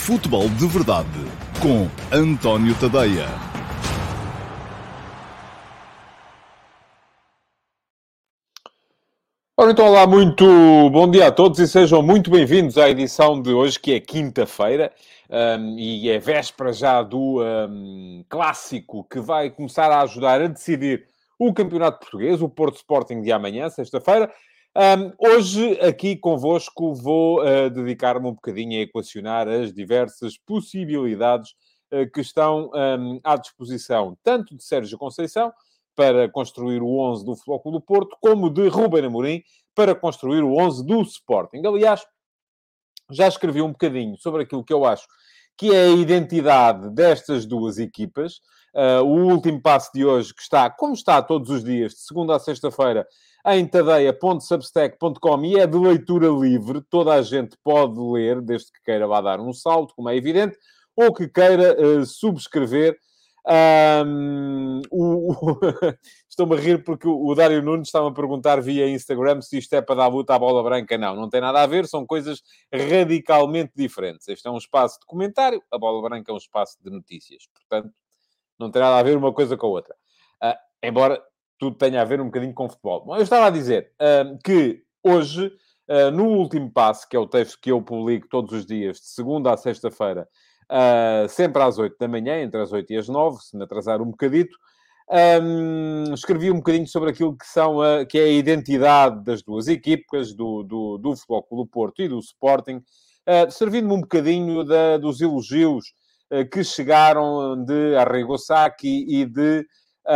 Futebol de Verdade com António Tadeia. Ora, então, olá, muito bom dia a todos e sejam muito bem-vindos à edição de hoje, que é quinta-feira, e é véspera já do clássico que vai começar a ajudar a decidir o Campeonato Português, o Porto Sporting de amanhã, sexta-feira. Hoje, aqui convosco, vou dedicar-me um bocadinho a equacionar as diversas possibilidades que estão à disposição, tanto de Sérgio Conceição, para construir o 11 do Futebol Clube do Porto, como de Ruben Amorim, para construir o 11 do Sporting. Aliás, já escrevi um bocadinho sobre aquilo que eu acho que é a identidade destas duas equipas. O último passo de hoje, que está, como está todos os dias, de segunda a sexta-feira, em tadeia.substack.com, e é de leitura livre. Toda a gente pode ler, desde que queira lá dar um salto, como é evidente, ou que queira subscrever. Estou-me a rir porque o Dário Nunes estava a perguntar via Instagram se isto é para dar luta à bola branca. Não, não tem nada a ver, são coisas radicalmente diferentes. Este é um espaço de comentário, a bola branca é um espaço de notícias. Portanto, não tem nada a ver uma coisa com a outra. Embora tudo tenha a ver um bocadinho com futebol. Bom, eu estava a dizer que hoje, no último passo, que é o texto que eu publico todos os dias, de segunda a sexta-feira, sempre às 8 da manhã, entre as 8 e as 9, se me atrasar um bocadito, escrevi um bocadinho sobre aquilo que é a identidade das duas equipas, do Futebol Clube do Porto e do Sporting, servindo-me um bocadinho dos elogios que chegaram de Arrigo Sacchi e de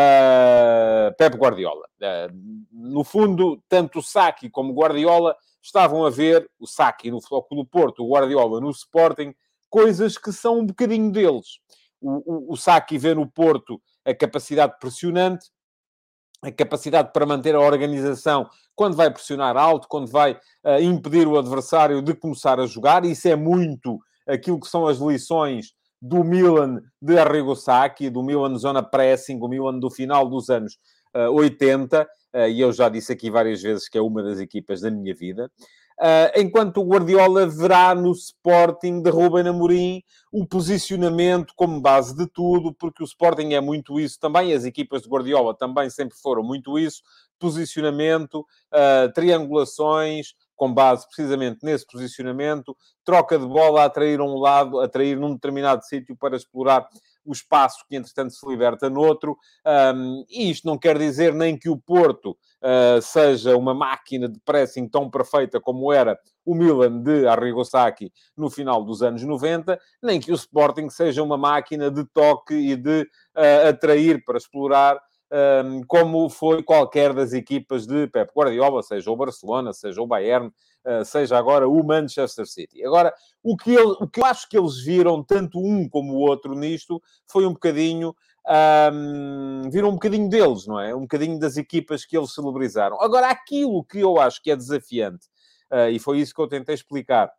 Pep Guardiola. No fundo, tanto o Sacchi como o Guardiola estavam a ver, o Sacchi no Futebol Clube do Porto, o Guardiola no Sporting, coisas que são um bocadinho deles. O Sacchi vê no Porto a capacidade pressionante, a capacidade para manter a organização quando vai pressionar alto, quando vai impedir o adversário de começar a jogar. Isso é muito aquilo que são as lições do Milan de Arrigo Sacchi, do Milan zona pressing, o Milan do final dos anos 80, e eu já disse aqui várias vezes que é uma das equipas da minha vida. Enquanto o Guardiola verá no Sporting de Ruben Amorim o posicionamento como base de tudo, porque o Sporting é muito isso também, as equipas de Guardiola também sempre foram muito isso, posicionamento, triangulações, com base precisamente nesse posicionamento, troca de bola, atrair a um lado, atrair num determinado sítio para explorar o espaço que, entretanto, se liberta noutro. E isto não quer dizer nem que o Porto seja uma máquina de pressing tão perfeita como era o Milan de Arrigo Sacchi no final dos anos 90, nem que o Sporting seja uma máquina de toque e de atrair para explorar, como foi qualquer das equipas de Pep Guardiola, seja o Barcelona, seja o Bayern, seja agora o Manchester City. Agora, o que eu acho que eles viram, tanto um como o outro nisto, foi um bocadinho... viram um bocadinho deles, não é? Um bocadinho das equipas que eles celebrizaram. Agora, aquilo que eu acho que é desafiante, e foi isso que eu tentei explicar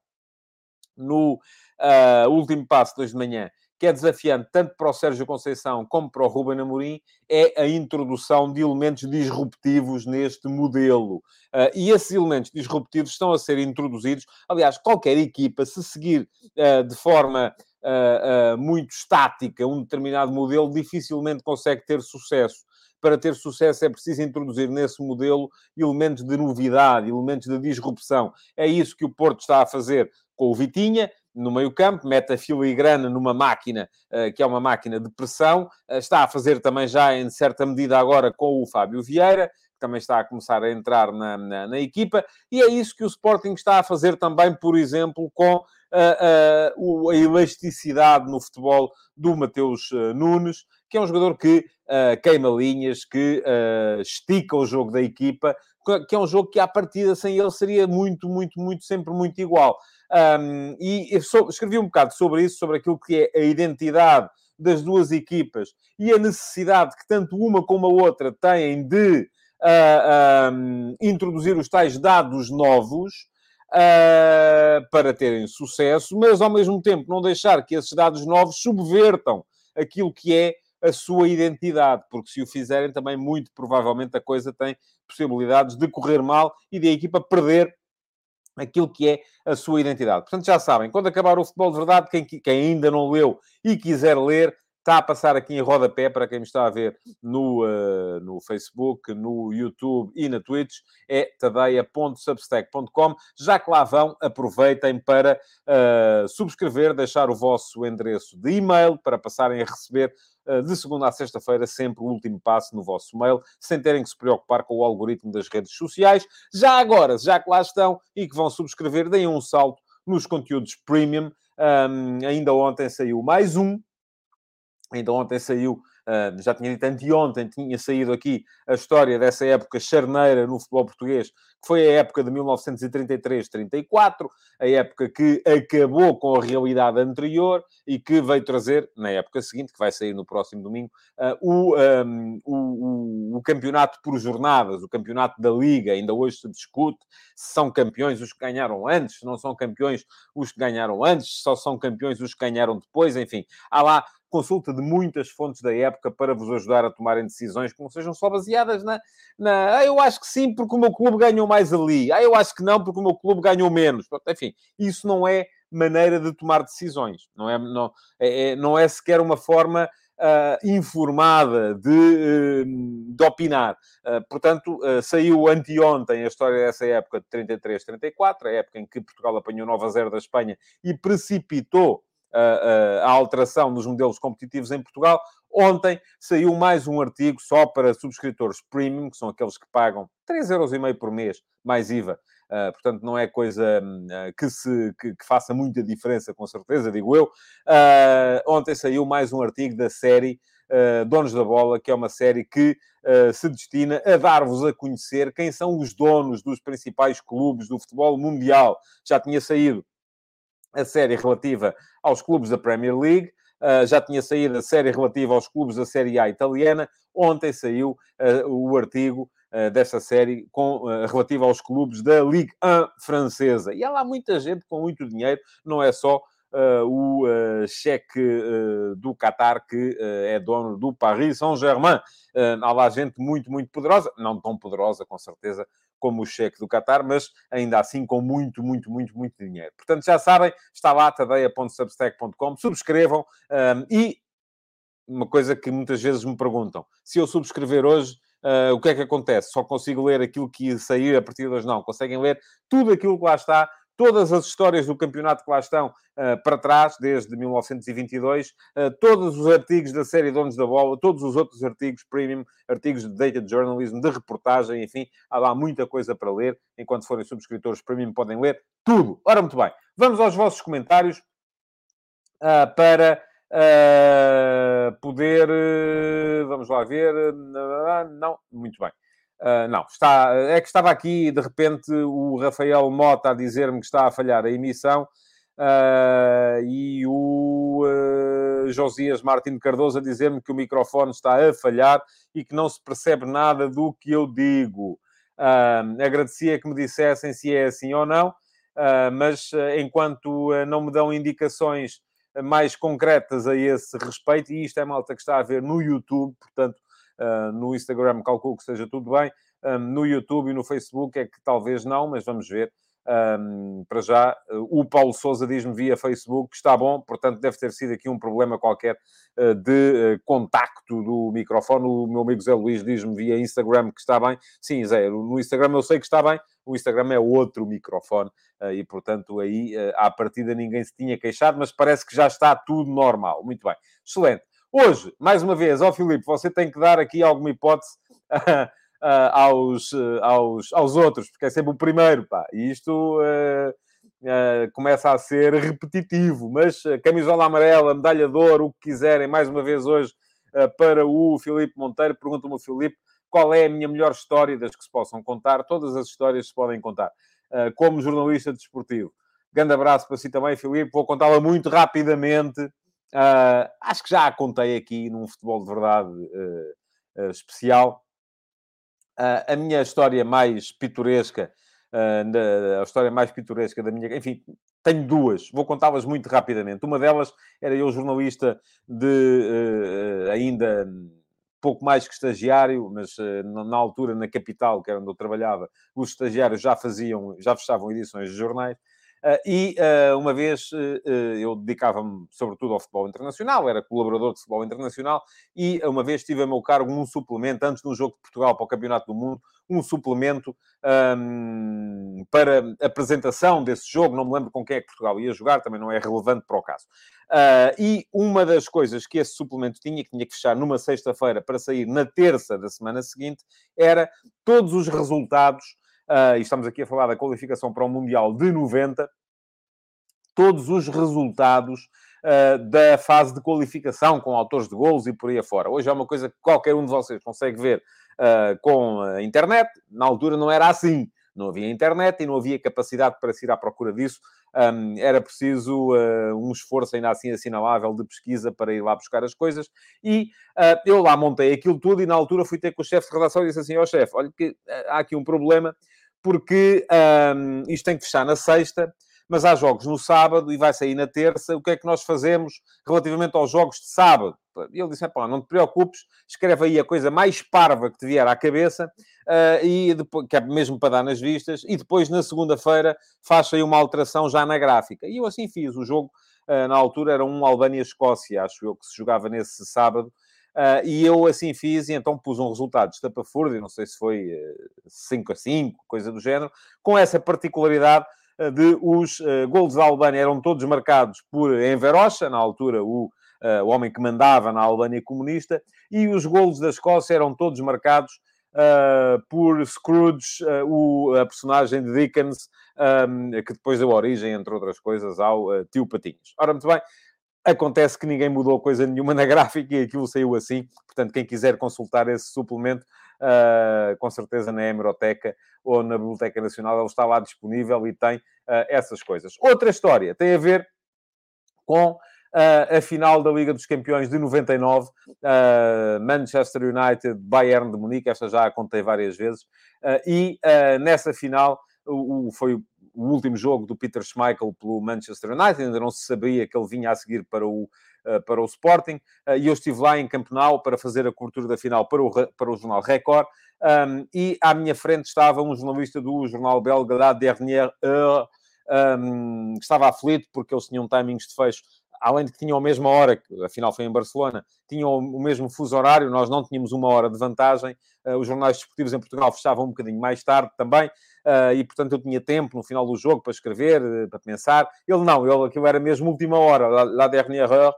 no último passo de hoje de manhã, que é desafiante tanto para o Sérgio Conceição como para o Ruben Amorim, é a introdução de elementos disruptivos neste modelo. E esses elementos disruptivos estão a ser introduzidos. Aliás, qualquer equipa, se seguir de forma muito estática um determinado modelo, dificilmente consegue ter sucesso. Para ter sucesso é preciso introduzir nesse modelo elementos de novidade, elementos de disrupção. É isso que o Porto está a fazer com o Vitinha, no meio-campo, mete a filigrana numa máquina, que é uma máquina de pressão. Está a fazer também já, em certa medida, agora com o Fábio Vieira, que também está a começar a entrar na equipa. E é isso que o Sporting está a fazer também, por exemplo, com a elasticidade no futebol do Mateus Nunes, que é um jogador que queima linhas, que estica o jogo da equipa, que é um jogo que, à partida, sem ele, seria sempre muito igual. E eu escrevi um bocado sobre isso, sobre aquilo que é a identidade das duas equipas e a necessidade que tanto uma como a outra têm de introduzir os tais dados novos para terem sucesso, mas ao mesmo tempo não deixar que esses dados novos subvertam aquilo que é a sua identidade, porque se o fizerem também, muito provavelmente, a coisa tem possibilidades de correr mal e da equipa perder aquilo que é a sua identidade. Portanto, já sabem, quando acabar o Futebol de Verdade, quem ainda não leu e quiser ler, está a passar aqui em rodapé, para quem me está a ver no Facebook, no YouTube e na Twitch, é tadeia.substack.com. Já que lá vão, aproveitem para subscrever, deixar o vosso endereço de e-mail para passarem a receber de segunda a sexta-feira, sempre o último passo no vosso mail, sem terem que se preocupar com o algoritmo das redes sociais. Já agora, já que lá estão e que vão subscrever, deem um salto nos conteúdos premium. Ainda ontem saiu mais um. Ainda ontem saiu, já tinha dito anteontem, tinha saído aqui a história dessa época charneira no futebol português, que foi a época de 1933-34, a época que acabou com a realidade anterior e que veio trazer, na época seguinte, que vai sair no próximo domingo, o campeonato por jornadas, o campeonato da Liga. Ainda hoje se discute se são campeões os que ganharam antes, se não são campeões os que ganharam antes, se só são campeões os que ganharam depois, enfim. Há lá consulta de muitas fontes da época para vos ajudar a tomarem decisões que não sejam só baseadas eu acho que sim, porque o meu clube ganhou mais ali. Eu acho que não, porque o meu clube ganhou menos. Enfim, isso não é maneira de tomar decisões. Não é sequer uma forma informada de opinar. Portanto, saiu anteontem a história dessa época de 33-34, a época em que Portugal apanhou 9-0 da Espanha e precipitou a alteração nos modelos competitivos em Portugal. Ontem saiu mais um artigo só para subscritores premium, que são aqueles que pagam 3,5€ por mês, mais IVA. Portanto, não é coisa que faça muita diferença, com certeza, digo eu. Ontem saiu mais um artigo da série Donos da Bola, que é uma série que se destina a dar-vos a conhecer quem são os donos dos principais clubes do futebol mundial. Já tinha saído a série relativa aos clubes da Premier League, já tinha saído a série relativa aos clubes da Série A italiana. Ontem saiu o artigo desta série relativo aos clubes da Ligue 1 francesa. E há lá muita gente com muito dinheiro, não é só o cheque do Qatar, que é dono do Paris Saint-Germain. Há lá gente muito, muito poderosa, não tão poderosa, com certeza, como o cheque do Qatar, mas ainda assim com muito, muito, muito, muito dinheiro. Portanto, já sabem, está lá, tadeia.substack.com, subscrevam. E uma coisa que muitas vezes me perguntam, se eu subscrever hoje, o que é que acontece? Só consigo ler aquilo que ia sair a partir de hoje? Não, conseguem ler tudo aquilo que lá está, todas as histórias do campeonato que lá estão para trás, desde 1922, todos os artigos da série Donos da Bola, todos os outros artigos premium, artigos de data journalism, de reportagem, enfim, há lá muita coisa para ler. Enquanto forem subscritores premium, podem ler tudo. Ora, muito bem. Vamos aos vossos comentários para poder... vamos lá ver. Não, muito bem. Não, é que estava aqui, de repente, o Rafael Mota a dizer-me que está a falhar a emissão e o Josias Martins Cardoso a dizer-me que o microfone está a falhar e que não se percebe nada do que eu digo. Agradecia que me dissessem se é assim ou não, mas enquanto não me dão indicações mais concretas a esse respeito, e isto é malta que está a ver no YouTube, portanto, no Instagram calculo que esteja tudo bem, no YouTube e no Facebook é que talvez não, mas vamos ver. Para já, o Paulo Sousa diz-me via Facebook que está bom, portanto deve ter sido aqui um problema qualquer de contacto do microfone. O meu amigo Zé Luís diz-me via Instagram que está bem. Sim, Zé, no Instagram eu sei que está bem, o Instagram é outro microfone e, portanto, aí à partida ninguém se tinha queixado, mas parece que já está tudo normal. Muito bem, excelente. Hoje, mais uma vez, Filipe, você tem que dar aqui alguma hipótese aos outros, porque é sempre o primeiro, pá. E isto começa a ser repetitivo, mas camisola amarela, medalha de ouro, o que quiserem, mais uma vez hoje, para o Filipe Monteiro. Pergunta-me o Filipe qual é a minha melhor história das que se possam contar. Todas as histórias se podem contar. Como jornalista desportivo. Grande abraço para si também, Filipe. Vou contá-la muito rapidamente. Acho que já a contei aqui num futebol de verdade especial. A minha história mais pitoresca, a história mais pitoresca da minha... Enfim, tenho duas. Vou contá-las muito rapidamente. Uma delas era eu jornalista de ainda pouco mais que estagiário, mas na altura, na capital, que era onde eu trabalhava, os estagiários já fechavam edições de jornais. Uma vez eu dedicava-me sobretudo ao futebol internacional, era colaborador de futebol internacional, e uma vez tive a meu cargo um suplemento, antes de um jogo de Portugal para o Campeonato do Mundo, um suplemento para apresentação desse jogo. Não me lembro com quem é que Portugal ia jogar, também não é relevante para o caso. E uma das coisas que esse suplemento tinha, que tinha que fechar numa sexta-feira para sair na terça da semana seguinte, era todos os resultados, e estamos aqui a falar da qualificação para o Mundial de 90, todos os resultados da fase de qualificação, com autores de golos e por aí afora. Hoje é uma coisa que qualquer um de vocês consegue ver com a internet. Na altura não era assim. Não havia internet e não havia capacidade para se ir à procura disso. Era preciso um esforço ainda assim assinalável de pesquisa para ir lá buscar as coisas. E eu lá montei aquilo tudo e na altura fui ter com o chefe de redação e disse assim: ó chefe, olha que há aqui um problema, porque isto tem que fechar na sexta, mas há jogos no sábado e vai sair na terça. O que é que nós fazemos relativamente aos jogos de sábado? E ele disse, pá, não te preocupes, escreve aí a coisa mais parva que te vier à cabeça, e depois, que é mesmo para dar nas vistas, e depois, na segunda-feira, faz aí uma alteração já na gráfica. E eu assim fiz. O jogo, na altura, era um Albânia-Escócia, acho eu, que se jogava nesse sábado. E eu assim fiz, e então pus um resultado de estapafúrdia, não sei se foi 5-5, coisa do género, com essa particularidade de os golos da Albânia eram todos marcados por Enver Hoxha, na altura o homem que mandava na Albânia comunista, e os golos da Escócia eram todos marcados por Scrooge, a personagem de Dickens, que depois deu origem, entre outras coisas, ao Tio Patinhas. Ora, muito bem, acontece que ninguém mudou coisa nenhuma na gráfica e aquilo saiu assim. Portanto, quem quiser consultar esse suplemento, com certeza na Hemeroteca ou na Biblioteca Nacional, ele está lá disponível e tem essas coisas. Outra história tem a ver com a final da Liga dos Campeões de 99, Manchester United, Bayern de Munique, esta já a contei várias vezes, nessa final foi o último jogo do Peter Schmeichel pelo Manchester United, ainda não se sabia que ele vinha a seguir para o Sporting, e eu estive lá em Camp Nou para fazer a cobertura da final para o jornal Record, e à minha frente estava um jornalista do jornal belga, La Dernière Heure, que estava aflito porque eles tinham timings de fecho, além de que tinham a mesma hora, que afinal foi em Barcelona, tinham o mesmo fuso horário, nós não tínhamos uma hora de vantagem, os jornais desportivos em Portugal fechavam um bocadinho mais tarde também, e portanto eu tinha tempo no final do jogo para escrever, para pensar. Aquilo era mesmo última hora, la dernière heure,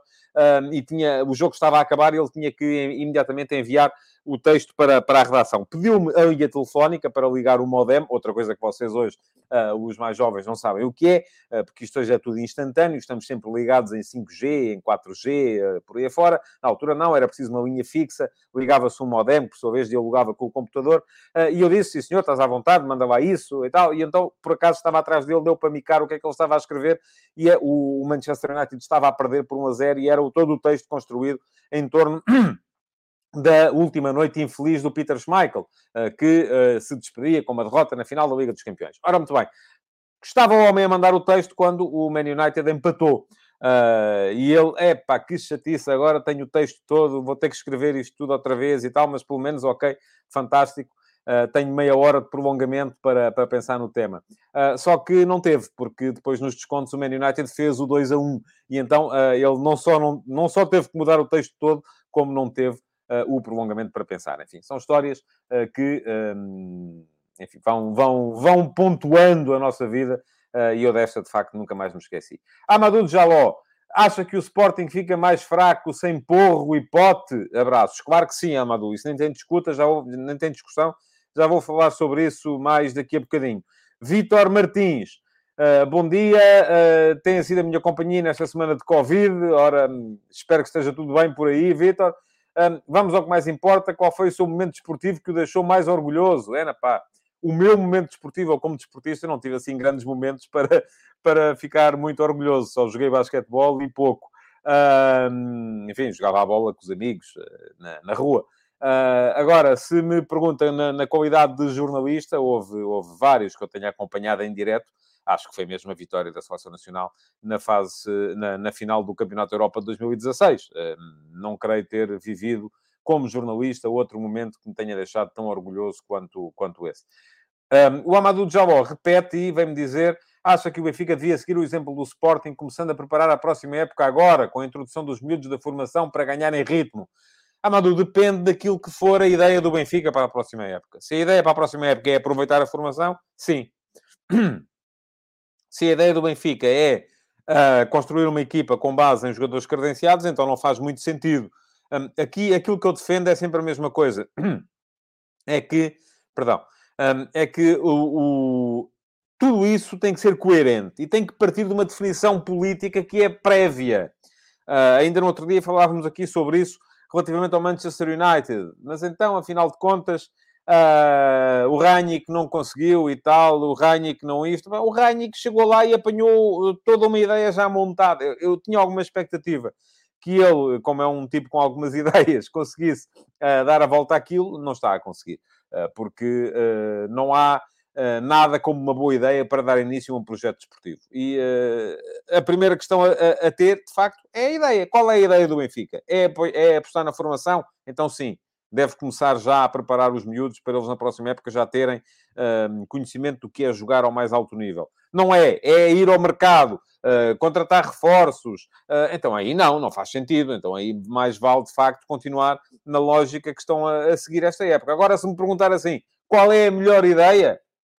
o jogo estava a acabar e ele tinha que imediatamente enviar o texto para a redação. Pediu-me a linha telefónica para ligar o modem, outra coisa que vocês hoje, os mais jovens, não sabem o que é, porque isto hoje é tudo instantâneo, estamos sempre ligados em 5G, em 4G, por aí afora. Na altura não, era preciso uma linha fixa, ligava-se um modem, por sua vez dialogava com o computador, e eu disse, sim senhor, estás à vontade, manda lá isso e tal, e então, por acaso, estava atrás dele, deu para micar o que é que ele estava a escrever, e o Manchester United estava a perder por 1-0, e era todo o texto construído em torno da última noite infeliz do Peter Schmeichel, que se despedia com uma derrota na final da Liga dos Campeões. Ora, muito bem. Estava o homem a mandar o texto quando o Man United empatou. E ele, que chatice, agora tenho o texto todo, vou ter que escrever isto tudo outra vez e tal, mas pelo menos, ok, fantástico. Tenho meia hora de prolongamento para pensar no tema. Só que não teve, porque depois nos descontos o Man United fez o 2-1. E então ele não só teve que mudar o texto todo, como não teve o prolongamento para pensar. Enfim, são histórias que... enfim, vão pontuando a nossa vida, e eu desta, de facto, nunca mais me esqueci. Amadou Jaló, acha que o Sporting fica mais fraco sem Porro e Pote? Abraços. Claro que sim, Amadou. Isso nem tem nem tem discussão. Já vou falar sobre isso mais daqui a bocadinho. Vítor Martins. Bom dia. Tenha sido a minha companhia nesta semana de Covid. Ora, espero que esteja tudo bem por aí, Vítor. Vamos ao que mais importa. Qual foi o seu momento desportivo que o deixou mais orgulhoso? O meu momento desportivo, ou como desportista, não tive assim grandes momentos para ficar muito orgulhoso. Só joguei basquetebol e pouco. Enfim, jogava a bola com os amigos na rua. Agora, se me perguntam na qualidade de jornalista, houve vários que eu tenha acompanhado em direto. Acho que foi mesmo a vitória da Seleção Nacional na final do Campeonato da Europa de 2016. Não creio ter vivido como jornalista, outro momento que me tenha deixado tão orgulhoso quanto esse. O Amadou Diallo repete e vem-me dizer: acha que o Benfica devia seguir o exemplo do Sporting, começando a preparar a próxima época agora, com a introdução dos miúdos da formação para ganharem ritmo? Amadou, depende daquilo que for a ideia do Benfica para a próxima época. Se a ideia para a próxima época é aproveitar a formação, sim. Se a ideia do Benfica é construir uma equipa com base em jogadores credenciados, então não faz muito sentido. Aqui, aquilo que eu defendo é sempre a mesma coisa. É que, perdão, é que tudo isso tem que ser coerente e tem que partir de uma definição política que é prévia. Ainda no outro dia falávamos aqui sobre isso relativamente ao Manchester United. Mas então, afinal de contas, o Rangnick não conseguiu e tal, o Rangnick não isto. O Rangnick chegou lá e apanhou toda uma ideia já montada. Eu tinha alguma expectativa que ele, como é um tipo com algumas ideias, conseguisse dar a volta àquilo. Não está a conseguir. Porque não há nada como uma boa ideia para dar início a um projeto desportivo. E a primeira questão a ter, de facto, é a ideia. Qual é a ideia do Benfica? É apostar na formação? Então, sim, deve começar já a preparar os miúdos para eles, na próxima época, já terem conhecimento do que é jogar ao mais alto nível. Não é ir ao mercado, contratar reforços. Então, aí não faz sentido. Então, aí mais vale, de facto, continuar na lógica que estão a seguir esta época. Agora, se me perguntar assim, qual é a melhor ideia?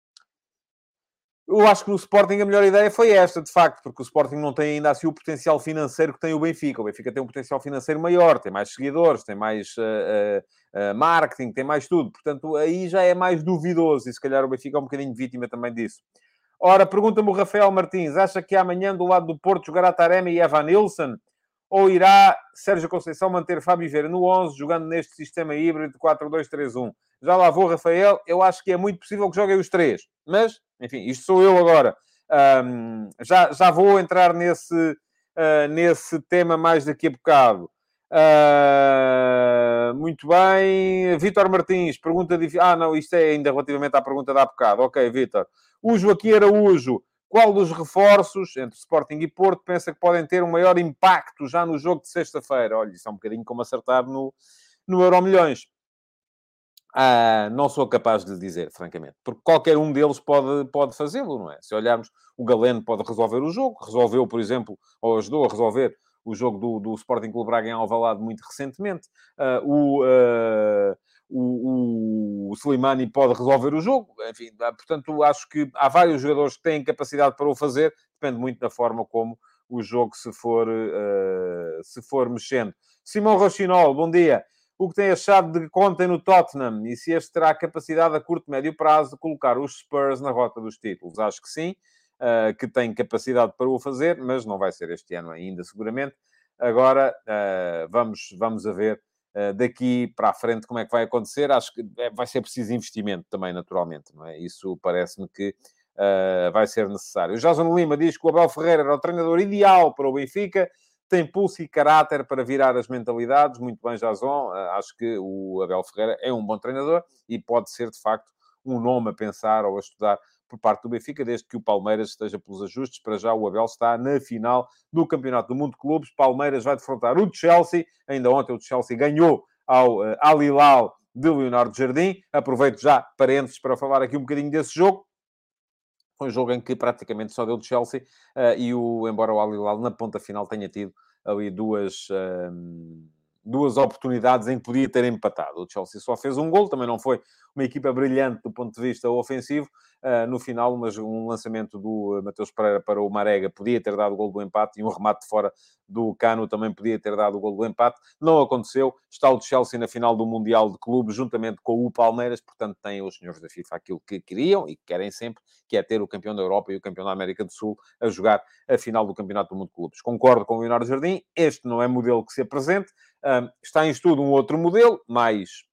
Eu acho que no Sporting a melhor ideia foi esta, de facto, porque o Sporting não tem ainda assim o potencial financeiro que tem o Benfica. O Benfica tem um potencial financeiro maior, tem mais seguidores, tem mais marketing, tem mais tudo. Portanto, aí já é mais duvidoso e se calhar o Benfica é um bocadinho vítima também disso. Ora, pergunta-me o Rafael Martins, acha que amanhã do lado do Porto jogará Taremi e Evanilson? Ou irá Sérgio Conceição manter Fábio Vieira no 11, jogando neste sistema híbrido de 4-2-3-1? Já lá vou, Rafael. Eu acho que é muito possível que joguem os três. Mas, enfim, isto sou eu agora. Já vou entrar nesse tema mais daqui a bocado. Muito bem. Vítor Martins, pergunta difícil. Não, isto é ainda relativamente à pergunta de há bocado. Ok, Vítor. O Joaquim Araújo. Qual dos reforços entre Sporting e Porto pensa que podem ter um maior impacto já no jogo de sexta-feira? Olha, isso é um bocadinho como acertar no Euromilhões. Não sou capaz de lhe dizer, francamente. Porque qualquer um deles pode fazê-lo, não é? Se olharmos, o Galeno pode resolver o jogo. Resolveu, por exemplo, ou ajudou a resolver o jogo do Sporting Clube Braga em Alvalade muito recentemente. O Slimani pode resolver o jogo. Enfim, portanto, acho que há vários jogadores que têm capacidade para o fazer. Depende muito da forma como o jogo se for mexendo. Simão Rochinol, bom dia. O que tem achado de Conte no Tottenham? E se este terá a capacidade a curto e médio prazo de colocar os Spurs na rota dos títulos? Acho que sim, que tem capacidade para o fazer, mas não vai ser este ano ainda, seguramente. Agora, vamos a ver daqui para a frente como é que vai acontecer. Acho que vai ser preciso investimento também, naturalmente, não é? Isso parece-me que vai ser necessário. O Jason Lima diz que o Abel Ferreira era o treinador ideal para o Benfica, tem pulso e caráter para virar as mentalidades. Muito bem, Jason. Acho que o Abel Ferreira é um bom treinador e pode ser, de facto, um nome a pensar ou a estudar por parte do Benfica, desde que o Palmeiras esteja pelos ajustes. Para já, o Abel está na final do Campeonato do Mundo de Clubes. Palmeiras vai defrontar o Chelsea. Ainda ontem o Chelsea ganhou ao Al Hilal de Leonardo Jardim. Aproveito já, parênteses, para falar aqui um bocadinho desse jogo. Foi um jogo em que praticamente só deu de Chelsea embora o Al Hilal na ponta final tenha tido ali duas oportunidades em que podia ter empatado. O Chelsea só fez um gol, também não foi uma equipa brilhante do ponto de vista ofensivo. No final, mas um lançamento do Mateus Pereira para o Marega podia ter dado o gol do empate e um remate de fora do Cano também podia ter dado o gol do empate. Não aconteceu. Está o Chelsea na final do Mundial de Clubes, juntamente com o Palmeiras. Portanto, têm os senhores da FIFA aquilo que queriam e que querem sempre, que é ter o campeão da Europa e o campeão da América do Sul a jogar a final do Campeonato do Mundo de Clubes. Concordo com o Leonardo Jardim. Este não é modelo que se apresente. Está em estudo um outro modelo, mais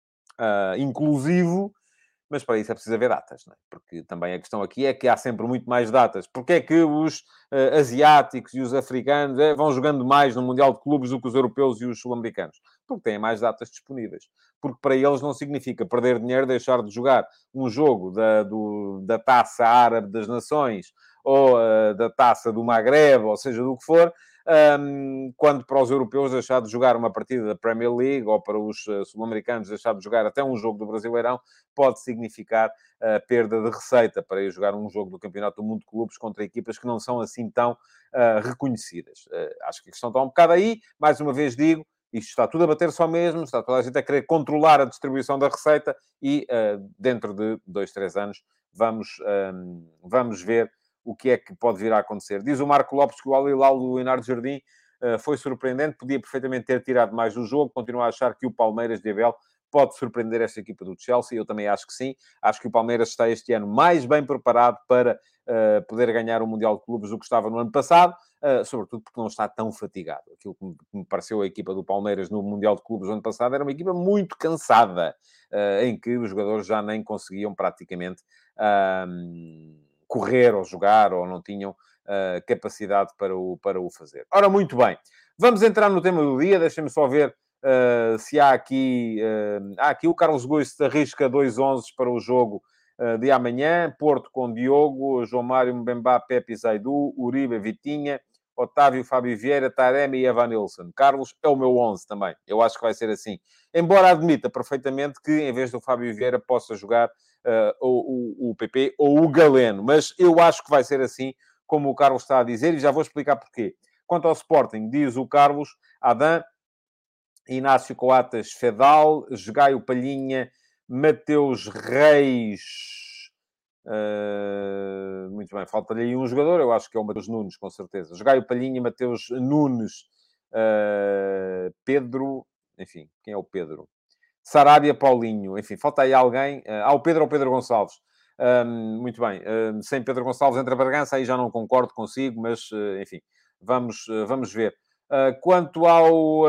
inclusivo, mas para isso é preciso haver datas, não é? Porque também a questão aqui é que há sempre muito mais datas. Porquê é que os asiáticos e os africanos vão jogando mais no Mundial de Clubes do que os europeus e os sul-americanos? Porque têm mais datas disponíveis. Porque para eles não significa perder dinheiro, deixar de jogar um jogo da Taça Árabe das Nações ou da Taça do Magreb, ou seja, do que for, quando para os europeus deixar de jogar uma partida da Premier League ou para os sul-americanos deixar de jogar até um jogo do Brasileirão, pode significar perda de receita para ir jogar um jogo do Campeonato do Mundo de Clubes contra equipas que não são assim tão reconhecidas. Acho que a questão está um bocado aí. Mais uma vez digo, isto está tudo a bater só mesmo, está toda a gente a querer controlar a distribuição da receita e dentro de 2, 3 anos vamos ver o que é que pode vir a acontecer. Diz o Marco Lopes que o Al-Hilal do Leonardo Jardim foi surpreendente, podia perfeitamente ter tirado mais do jogo, continuo a achar que o Palmeiras de Abel pode surpreender esta equipa do Chelsea, eu também acho que sim. Acho que o Palmeiras está este ano mais bem preparado para poder ganhar o Mundial de Clubes do que estava no ano passado, sobretudo porque não está tão fatigado. Aquilo que me pareceu a equipa do Palmeiras no Mundial de Clubes do ano passado era uma equipa muito cansada, em que os jogadores já nem conseguiam praticamente correr ou jogar, ou não tinham capacidade para o fazer. Ora, muito bem. Vamos entrar no tema do dia. Deixem-me só ver se há aqui... há aqui o Carlos Gomes arrisca 2-11 para o jogo de amanhã. Porto com Diogo, João Mário, Mbemba, Pepe, Zaidu, Uribe, Vitinha, Otávio, Fábio Vieira, Taremi e Evanilson. Carlos é o meu 11 também. Eu acho que vai ser assim. Embora admita perfeitamente que, em vez do Fábio Vieira, possa jogar o PP ou o Galeno. Mas eu acho que vai ser assim, como o Carlos está a dizer, e já vou explicar porquê. Quanto ao Sporting, diz o Carlos, Adam, Inácio Coates, Fedal, Gaio Palhinha, Mateus Reis... muito bem, falta-lhe aí um jogador, eu acho que é o Mateus Nunes, com certeza. Gaio Palhinha, Mateus Nunes, Pedro... Enfim, quem é o Pedro? Sarabia, Paulinho, enfim, falta aí alguém. O Pedro ou Pedro Gonçalves. Muito bem. Sem Pedro Gonçalves entra Bragança, aí já não concordo consigo, mas, enfim, vamos ver. Quanto ao...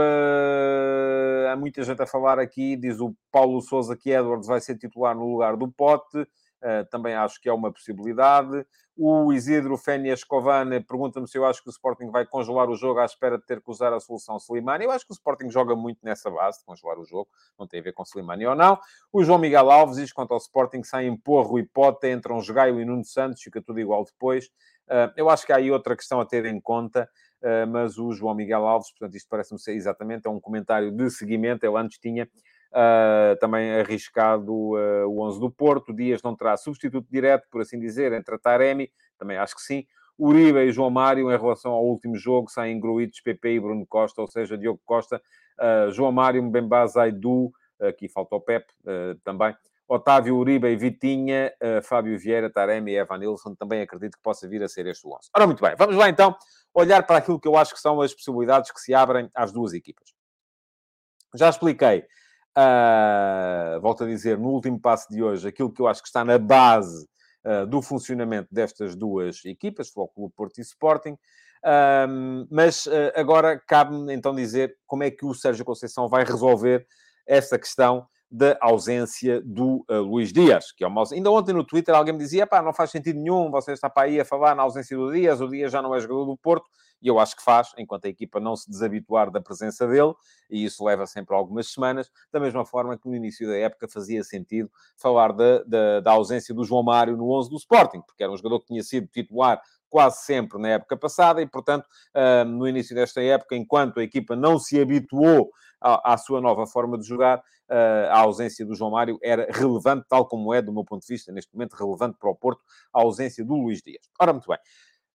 há muita gente a falar aqui, diz o Paulo Sousa que Edwards vai ser titular no lugar do Pote. Também acho que é uma possibilidade. O Isidro Fénias Covane pergunta-me se eu acho que o Sporting vai congelar o jogo à espera de ter que usar a solução Slimani. Eu acho que o Sporting joga muito nessa base de congelar o jogo. Não tem a ver com Slimani ou não. O João Miguel Alves diz, quanto ao Sporting, saem Porro e Pote, entram Gaio e Nuno Santos, fica tudo igual depois. Eu acho que há aí outra questão a ter em conta, mas o João Miguel Alves, portanto, isto parece-me ser exatamente, é um comentário de seguimento. Ele antes tinha também arriscado o 11 do Porto. Dias não terá substituto direto, por assim dizer, entre a Taremi, também acho que sim. Uribe e João Mário, em relação ao último jogo, saem Gruites, PP e Bruno Costa, ou seja, Diogo Costa, João Mário, Mbemba, Zaidu, aqui falta o Pepe também, Otávio, Uribe e Vitinha, Fábio Vieira, Taremi e Evanilson. Também acredito que possa vir a ser este o 11. Ora, muito bem, vamos lá então olhar para aquilo que eu acho que são as possibilidades que se abrem às duas equipas. Já expliquei, volto a dizer, no último passo de hoje, aquilo que eu acho que está na base do funcionamento destas duas equipas, Futebol Clube Porto e Sporting. Mas agora cabe-me então dizer como é que o Sérgio Conceição vai resolver essa questão da ausência do Luís Dias, que é uma ausência. Ainda ontem no Twitter alguém me dizia, não faz sentido nenhum, você está para aí a falar na ausência do Dias, o Dias já não é jogador do Porto, e eu acho que faz, enquanto a equipa não se desabituar da presença dele, e isso leva sempre algumas semanas, da mesma forma que no início da época fazia sentido falar da ausência do João Mário no 11 do Sporting, porque era um jogador que tinha sido titular quase sempre na época passada, e portanto, no início desta época, enquanto a equipa não se habituou à sua nova forma de jogar, a ausência do João Mário era relevante, tal como é, do meu ponto de vista, neste momento, relevante para o Porto, a ausência do Luís Dias. Ora, muito bem.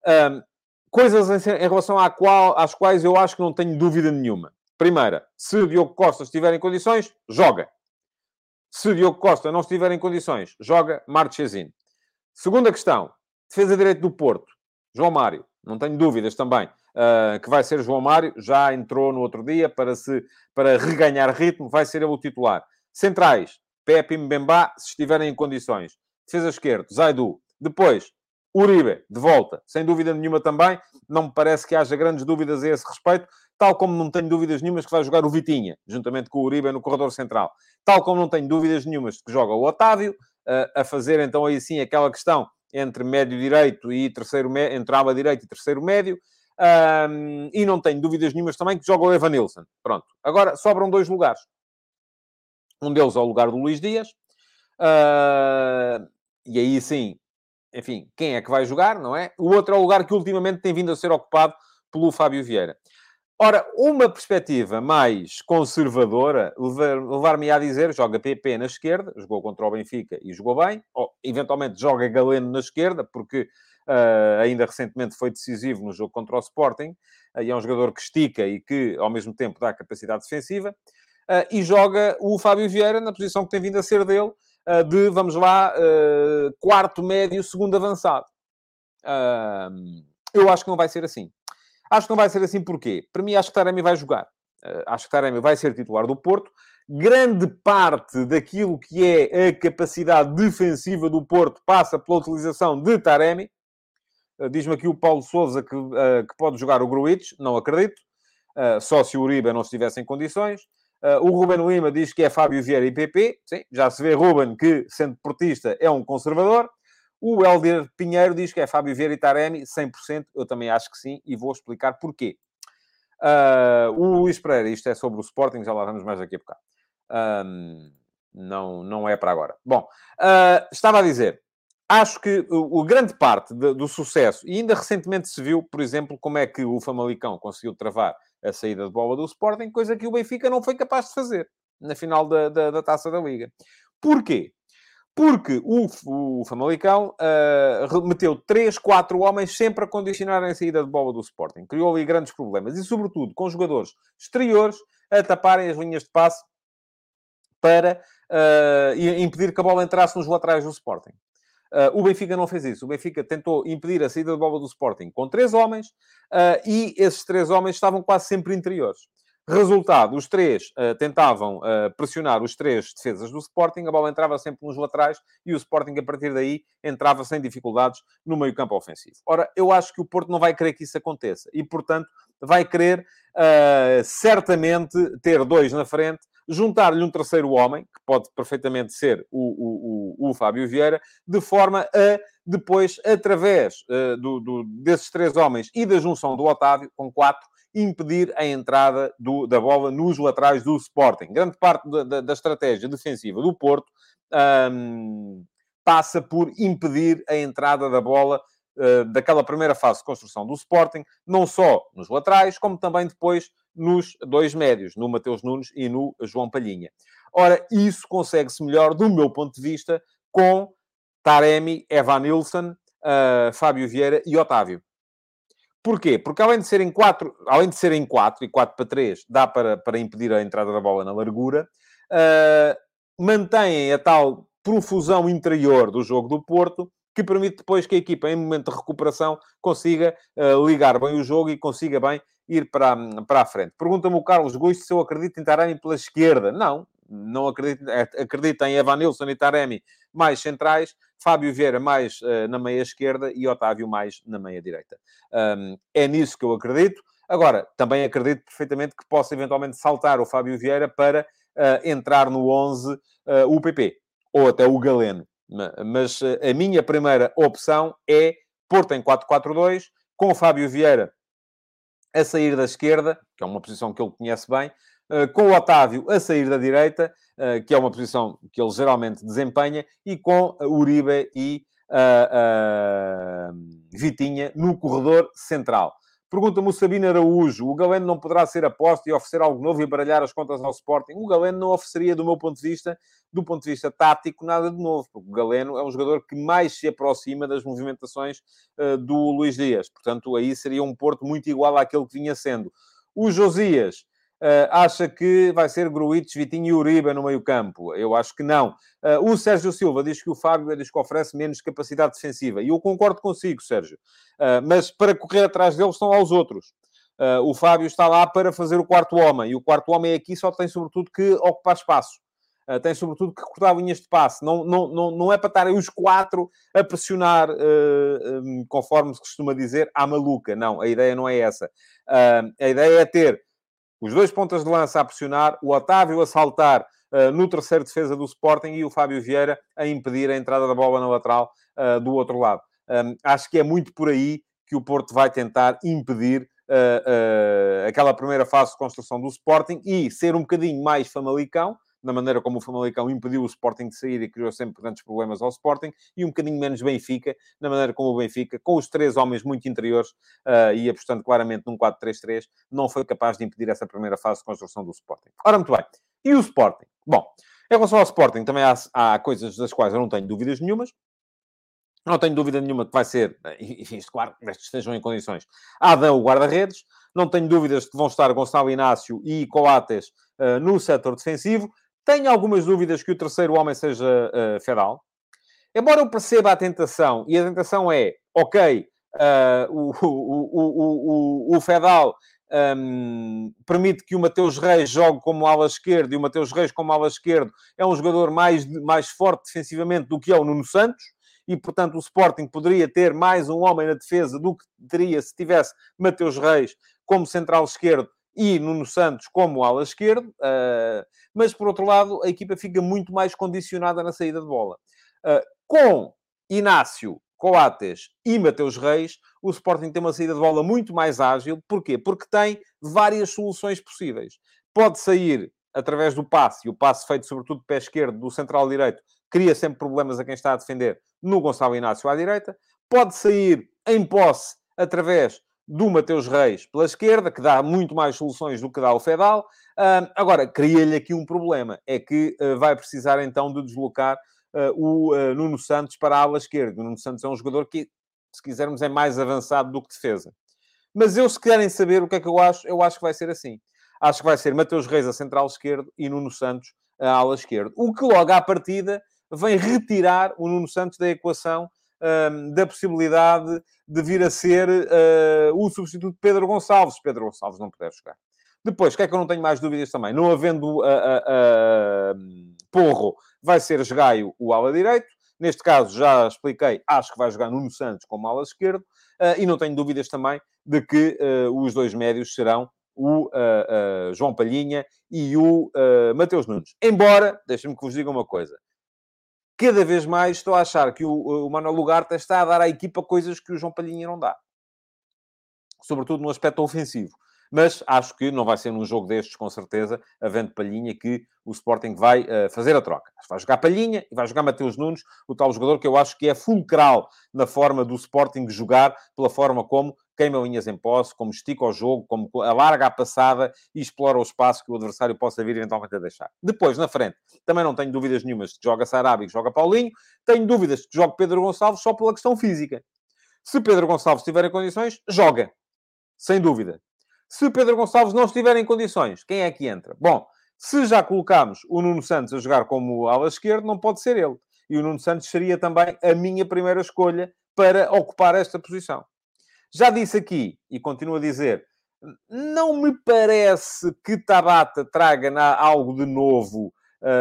Coisas em relação às quais eu acho que não tenho dúvida nenhuma. Primeira, se o Diogo Costa estiver em condições, joga. Se o Diogo Costa não estiver em condições, joga Marchesín. Segunda questão, defesa direito do Porto, João Mário. Não tenho dúvidas também que vai ser João Mário. Já entrou no outro dia para reganhar ritmo, vai ser ele o titular. Centrais, Pepe e Mbemba, se estiverem em condições. Defesa esquerda, Zaidu. Depois, Uribe, de volta. Sem dúvida nenhuma também. Não me parece que haja grandes dúvidas a esse respeito. Tal como não tenho dúvidas nenhumas que vai jogar o Vitinha, juntamente com o Uribe no corredor central. Tal como não tenho dúvidas nenhumas de que joga o Otávio, a fazer então aí sim aquela questão entre médio direito e terceiro médio, entre ala direito e terceiro médio. E não tenho dúvidas nenhumas também que joga o Evanilson. Pronto. Agora sobram dois lugares. Um deles é o lugar do Luís Dias. E aí sim, enfim, quem é que vai jogar, não é? O outro é o lugar que ultimamente tem vindo a ser ocupado pelo Fábio Vieira. Ora, uma perspectiva mais conservadora levar-me a dizer, joga PP na esquerda, jogou contra o Benfica e jogou bem, ou eventualmente joga Galeno na esquerda, porque ainda recentemente foi decisivo no jogo contra o Sporting, e é um jogador que estica e que, ao mesmo tempo, dá capacidade defensiva, e joga o Fábio Vieira na posição que tem vindo a ser dele, de, vamos lá, quarto médio, segundo avançado. Eu acho que não vai ser assim. Acho que não vai ser assim porquê? Para mim, acho que Taremi vai jogar. Acho que Taremi vai ser titular do Porto. Grande parte daquilo que é a capacidade defensiva do Porto passa pela utilização de Taremi. Diz-me aqui o Paulo Sousa que pode jogar o Gruitch. Não acredito. Só se o Uribe não estivesse em condições. O Ruben Lima diz que é Fábio Vieira e PP. Sim, já se vê Ruben que, sendo portista, é um conservador. O Hélder Pinheiro diz que é Fábio Vieira e Taremi, 100%. Eu também acho que sim, e vou explicar porquê. O Luís Pereira, isto é sobre o Sporting, já lá vamos mais daqui a bocado. Não é para agora. Bom, estava a dizer, acho que o grande parte do sucesso, e ainda recentemente se viu, por exemplo, como é que o Famalicão conseguiu travar a saída de bola do Sporting, coisa que o Benfica não foi capaz de fazer na final da Taça da Liga. Porquê? Porque o Famalicão meteu 3, 4 homens sempre a condicionarem a saída de bola do Sporting. Criou ali grandes problemas. E, sobretudo, com jogadores exteriores a taparem as linhas de passe para impedir que a bola entrasse nos laterais do Sporting. O Benfica não fez isso. O Benfica tentou impedir a saída de bola do Sporting com 3 homens e esses 3 homens estavam quase sempre interiores. Resultado, os 3 tentavam pressionar os 3 defesas do Sporting, a bola entrava sempre nos laterais e o Sporting, a partir daí, entrava sem dificuldades no meio-campo ofensivo. Ora, eu acho que o Porto não vai querer que isso aconteça e, portanto, vai querer certamente ter 2 na frente, juntar-lhe um terceiro homem, que pode perfeitamente ser o Fábio Vieira, de forma a depois, através desses 3 homens e da junção do Otávio, com 4, impedir a entrada da bola nos laterais do Sporting. Grande parte da estratégia defensiva do Porto passa por impedir a entrada da bola daquela primeira fase de construção do Sporting, não só nos laterais, como também depois nos 2 médios, no Mateus Nunes e no João Palhinha. Ora, isso consegue-se melhor, do meu ponto de vista, com Taremi, Evanilson, Fábio Vieira e Otávio. Porquê? Porque além de serem 4 e 4 para 3, dá para impedir a entrada da bola na largura, mantêm a tal profusão interior do jogo do Porto, que permite depois que a equipa, em momento de recuperação, consiga ligar bem o jogo e consiga bem ir para a frente. Pergunta-me o Carlos Guisto se eu acredito em Taremi pela esquerda. Não acredito. Acredito em Evanilson e Taremi mais centrais, Fábio Vieira mais na meia esquerda e Otávio mais na meia direita. É nisso que eu acredito. Agora, também acredito perfeitamente que possa eventualmente saltar o Fábio Vieira para entrar no 11 o PP, ou até o Galeno. Mas a minha primeira opção é Porto em 4-4-2, com o Fábio Vieira a sair da esquerda, que é uma posição que ele conhece bem, com o Otávio a sair da direita, que é uma posição que ele geralmente desempenha, e com Uribe e Vitinha no corredor central. Pergunta-me o Sabino Araújo, o Galeno não poderá ser aposto e oferecer algo novo e baralhar as contas ao Sporting? O Galeno não ofereceria, do ponto de vista tático, nada de novo, porque o Galeno é um jogador que mais se aproxima das movimentações do Luís Dias. Portanto, aí seria um Porto muito igual àquele que vinha sendo. O Josias acha que vai ser Gruitch, Vitinho e Uribe no meio-campo. Eu acho que não. O Sérgio Silva diz que o Fábio diz que oferece menos capacidade defensiva. E eu concordo consigo, Sérgio. Mas para correr atrás deles estão lá os outros. O Fábio está lá para fazer o quarto homem. E o quarto homem aqui só tem, sobretudo, que ocupar espaço. Tem, sobretudo, que cortar linhas de passe. Não é para estarem os 4 a pressionar, conforme se costuma dizer, à maluca. Não, a ideia não é essa. A ideia é ter os 2 pontas de lança a pressionar, o Otávio a saltar no terceiro defesa do Sporting e o Fábio Vieira a impedir a entrada da bola na lateral do outro lado. Acho que é muito por aí que o Porto vai tentar impedir aquela primeira fase de construção do Sporting e ser um bocadinho mais Famalicão, na maneira como o Famalicão impediu o Sporting de sair e criou sempre grandes problemas ao Sporting, e um bocadinho menos Benfica, na maneira como o Benfica, com os 3 homens muito interiores, e apostando claramente num 4-3-3, não foi capaz de impedir essa primeira fase de construção do Sporting. Ora, muito bem. E o Sporting? Bom, em relação ao Sporting, também há coisas das quais eu não tenho dúvidas nenhumas. Não tenho dúvida nenhuma que vai ser, enfim, claro, que estejam em condições, Adão, o guarda-redes. Não tenho dúvidas que vão estar Gonçalo Inácio e Coates no setor defensivo. Tenho algumas dúvidas que o terceiro homem seja Fedal. Embora eu perceba a tentação, e a tentação é, ok, o Fedal permite que o Mateus Reis jogue como ala esquerdo, e o Mateus Reis como ala esquerdo é um jogador mais forte defensivamente do que é o Nuno Santos, e, portanto, o Sporting poderia ter mais um homem na defesa do que teria se tivesse Mateus Reis como central esquerdo e Nuno Santos como ala esquerdo. Mas, por outro lado, a equipa fica muito mais condicionada na saída de bola. Com Inácio, Coates e Mateus Reis, o Sporting tem uma saída de bola muito mais ágil. Porquê? Porque tem várias soluções possíveis. Pode sair através do passe, e o passe feito sobretudo de pé esquerdo do central direito cria sempre problemas a quem está a defender no Gonçalo Inácio à direita. Pode sair em posse através do Mateus Reis pela esquerda, que dá muito mais soluções do que dá o Fedal. Agora, cria-lhe aqui um problema. É que vai precisar então de deslocar o Nuno Santos para a ala esquerda. O Nuno Santos é um jogador que, se quisermos, é mais avançado do que defesa. Mas se querem saber o que é que eu acho que vai ser assim. Acho que vai ser Mateus Reis a central esquerdo e Nuno Santos a ala esquerda. O que logo à partida vem retirar o Nuno Santos da equação, da possibilidade de vir a ser o substituto de Pedro Gonçalves. Pedro Gonçalves não puder jogar. Depois, o que é que eu não tenho mais dúvidas também? Não havendo Porro, vai ser Gaio o ala direito. Neste caso, já expliquei, acho que vai jogar Nuno Santos como ala esquerdo. E não tenho dúvidas também de que os dois médios serão o João Palhinha e o Mateus Nunes. Embora, deixem-me que vos diga uma coisa. Cada vez mais estou a achar que o Manuel Ugarte está a dar à equipa coisas que o João Palhinha não dá. Sobretudo no aspecto ofensivo. Mas acho que não vai ser num jogo destes, com certeza, havendo Palhinha, que o Sporting vai fazer a troca. Vai jogar Palhinha e vai jogar Mateus Nunes, o tal jogador que eu acho que é fulcral na forma do Sporting jogar, pela forma como queima linhas em posse, como estica o jogo, como alarga a passada e explora o espaço que o adversário possa vir eventualmente a deixar. Depois, na frente, também não tenho dúvidas nenhumas de que joga Sarabia e que joga Paulinho. Tenho dúvidas de que joga Pedro Gonçalves só pela questão física. Se Pedro Gonçalves tiver em condições, joga. Sem dúvida. Se Pedro Gonçalves não estiver em condições, quem é que entra? Bom, se já colocamos o Nuno Santos a jogar como ala esquerdo, não pode ser ele. E o Nuno Santos seria também a minha primeira escolha para ocupar esta posição. Já disse aqui, e continuo a dizer, não me parece que Tabata traga algo de novo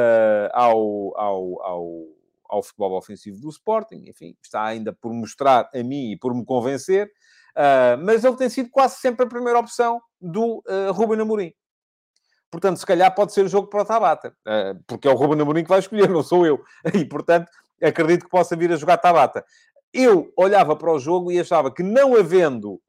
ao futebol ofensivo do Sporting. Enfim, está ainda por mostrar a mim e por me convencer. Mas ele tem sido quase sempre a primeira opção do Ruben Amorim. Portanto, se calhar pode ser o jogo para o Tabata. Porque é o Ruben Amorim que vai escolher, não sou eu. E, portanto, acredito que possa vir a jogar Tabata. Eu olhava para o jogo e achava que não havendo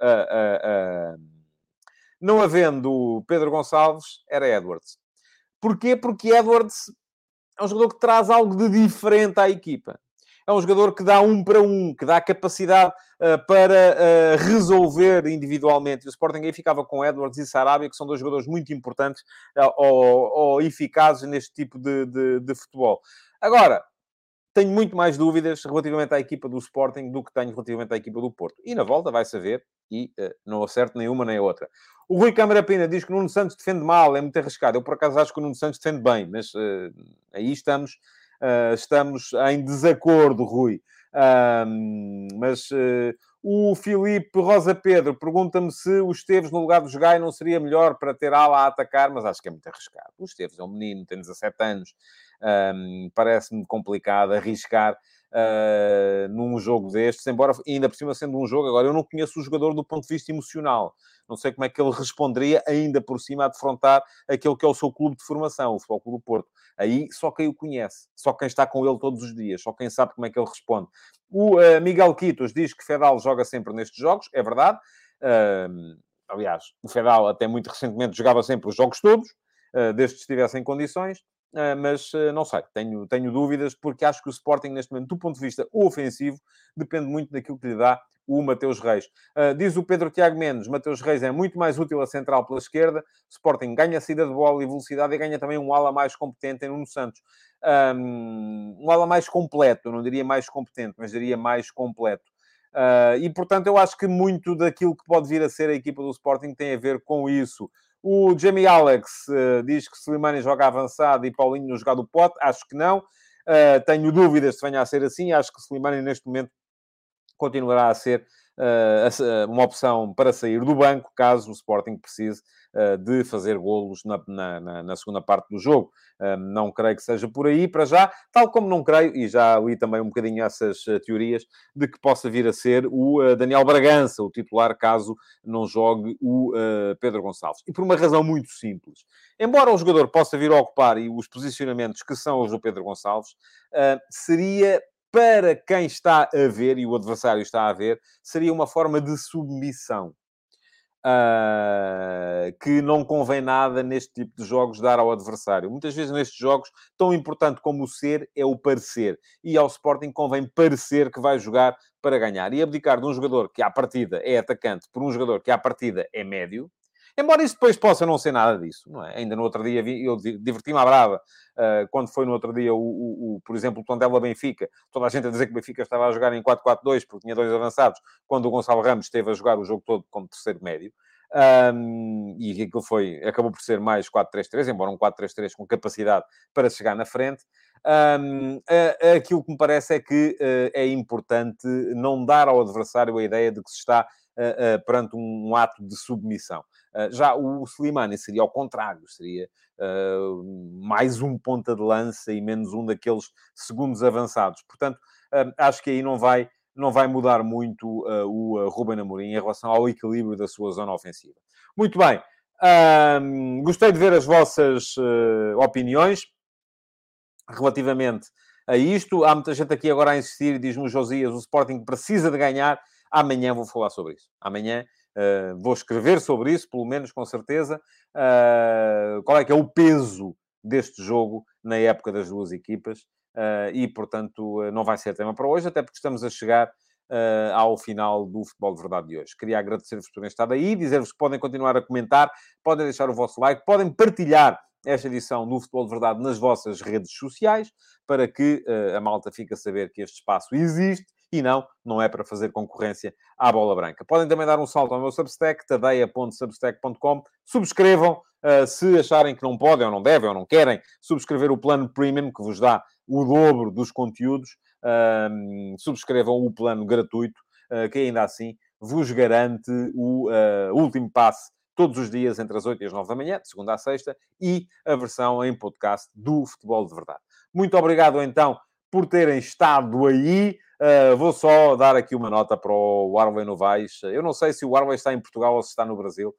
Pedro Gonçalves, era Edwards. Porquê? Porque Edwards é um jogador que traz algo de diferente à equipa. É um jogador que dá um para um, que dá capacidade para resolver individualmente. O Sporting aí ficava com Edwards e Sarabia, que são dois jogadores muito importantes ou eficazes neste tipo de futebol. Agora, tenho muito mais dúvidas relativamente à equipa do Sporting do que tenho relativamente à equipa do Porto. E na volta vai saber, e não acerto nenhuma nem outra. O Rui Câmara Pina diz que o Nuno Santos defende mal, é muito arriscado. Eu, por acaso, acho que o Nuno Santos defende bem, mas aí estamos em desacordo, Rui. O Filipe Rosa Pedro pergunta-me se o Esteves, no lugar do Gaio, não seria melhor para ter ala a atacar, mas acho que é muito arriscado. O Esteves é um menino, tem 17 anos. Parece-me complicado arriscar num jogo destes, embora ainda por cima sendo um jogo, agora eu não conheço o jogador do ponto de vista emocional, não sei como é que ele responderia ainda por cima a defrontar aquele que é o seu clube de formação, o Futebol Clube do Porto. Aí só quem o conhece, só quem está com ele todos os dias, só quem sabe como é que ele responde. O Miguel Quitos diz que Fedal joga sempre nestes jogos, é verdade. Aliás, o Fedal até muito recentemente jogava sempre os jogos todos, desde que estivesse em condições. mas não sei, tenho dúvidas, porque acho que o Sporting, neste momento, do ponto de vista ofensivo, depende muito daquilo que lhe dá o Mateus Reis. Diz o Pedro Tiago Mendes, Mateus Reis é muito mais útil a central pela esquerda, Sporting ganha saída de bola e velocidade e ganha também um ala mais competente em Nuno Santos. Um ala mais completo, eu não diria mais competente, mas diria mais completo. E, portanto, eu acho que muito daquilo que pode vir a ser a equipa do Sporting tem a ver com isso. O Jamie Alex diz que Slimani joga avançado e Paulinho no jogar do pote. Acho que não. Tenho dúvidas se venha a ser assim. Acho que Slimani, neste momento, continuará a ser uma opção para sair do banco, caso o Sporting precise de fazer golos na segunda parte do jogo. Não creio que seja por aí para já, tal como não creio, e já li também um bocadinho essas teorias, de que possa vir a ser o Daniel Bragança, o titular, caso não jogue o Pedro Gonçalves. E por uma razão muito simples. Embora o jogador possa vir a ocupar os posicionamentos que são os do Pedro Gonçalves, seria... para quem está a ver, e o adversário está a ver, seria uma forma de submissão. Que não convém nada neste tipo de jogos dar ao adversário. Muitas vezes nestes jogos, tão importante como o ser é o parecer. E ao Sporting convém parecer que vai jogar para ganhar. E abdicar de um jogador que à partida é atacante por um jogador que à partida é médio, embora isso depois possa não ser nada disso, não é? Ainda no outro dia eu diverti-me à brava, quando foi no outro dia, por exemplo, o Tondela-Benfica. Toda a gente a dizer que o Benfica estava a jogar em 4-4-2 porque tinha dois avançados, quando o Gonçalo Ramos esteve a jogar o jogo todo como terceiro médio. E aquilo acabou por ser mais 4-3-3, embora um 4-3-3 com capacidade para chegar na frente. Aquilo que me parece é que é importante não dar ao adversário a ideia de que se está perante um ato de submissão. Já o Slimani seria ao contrário, seria mais um ponta de lança e menos um daqueles segundos avançados. Portanto, acho que aí não vai mudar muito o Ruben Amorim em relação ao equilíbrio da sua zona ofensiva. Muito bem. Gostei de ver as vossas opiniões relativamente a isto. Há muita gente aqui agora a insistir, diz-me o Josias, o Sporting precisa de ganhar. Amanhã vou falar sobre isso. Amanhã vou escrever sobre isso, pelo menos, com certeza. Qual é que é o peso deste jogo na época das duas equipas. E, portanto, não vai ser tema para hoje, até porque estamos a chegar ao final do Futebol de Verdade de hoje. Queria agradecer-vos por terem estado aí, dizer-vos que podem continuar a comentar, podem deixar o vosso like, podem partilhar esta edição do Futebol de Verdade nas vossas redes sociais, para que a malta fique a saber que este espaço existe e não é para fazer concorrência à Bola Branca. Podem também dar um salto ao meu Substack, tadeia.substack.com. Subscrevam, se acharem que não podem, ou não devem, ou não querem, subscrever o plano Premium, que vos dá o dobro dos conteúdos. Subscrevam o plano gratuito, que ainda assim vos garante o último passe todos os dias entre as 8 e as 9 da manhã, de segunda à sexta, e a versão em podcast do Futebol de Verdade. Muito obrigado, então, por terem estado aí. Vou só dar aqui uma nota para o Arley Novaes. Eu não sei se o Arley está em Portugal ou se está no Brasil,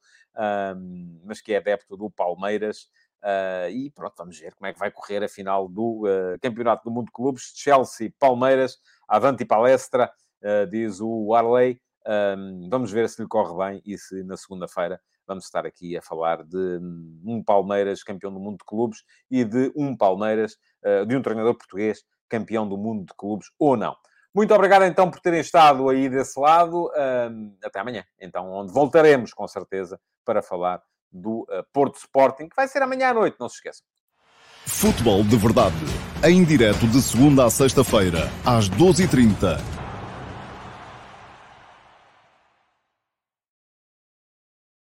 mas que é adepto do Palmeiras. E pronto, vamos ver como é que vai correr a final do Campeonato do Mundo de Clubes. Chelsea-Palmeiras, avante palestra, diz o Arley. Vamos ver se lhe corre bem e se na segunda-feira vamos estar aqui a falar de um Palmeiras campeão do Mundo de Clubes e de um Palmeiras, de um treinador português campeão do Mundo de Clubes ou não. Muito obrigado, então, por terem estado aí desse lado. Até amanhã, então, onde voltaremos, com certeza, para falar do Porto Sporting, que vai ser amanhã à noite, não se esqueçam. Futebol de Verdade, em direto de segunda a sexta-feira, às 12h30,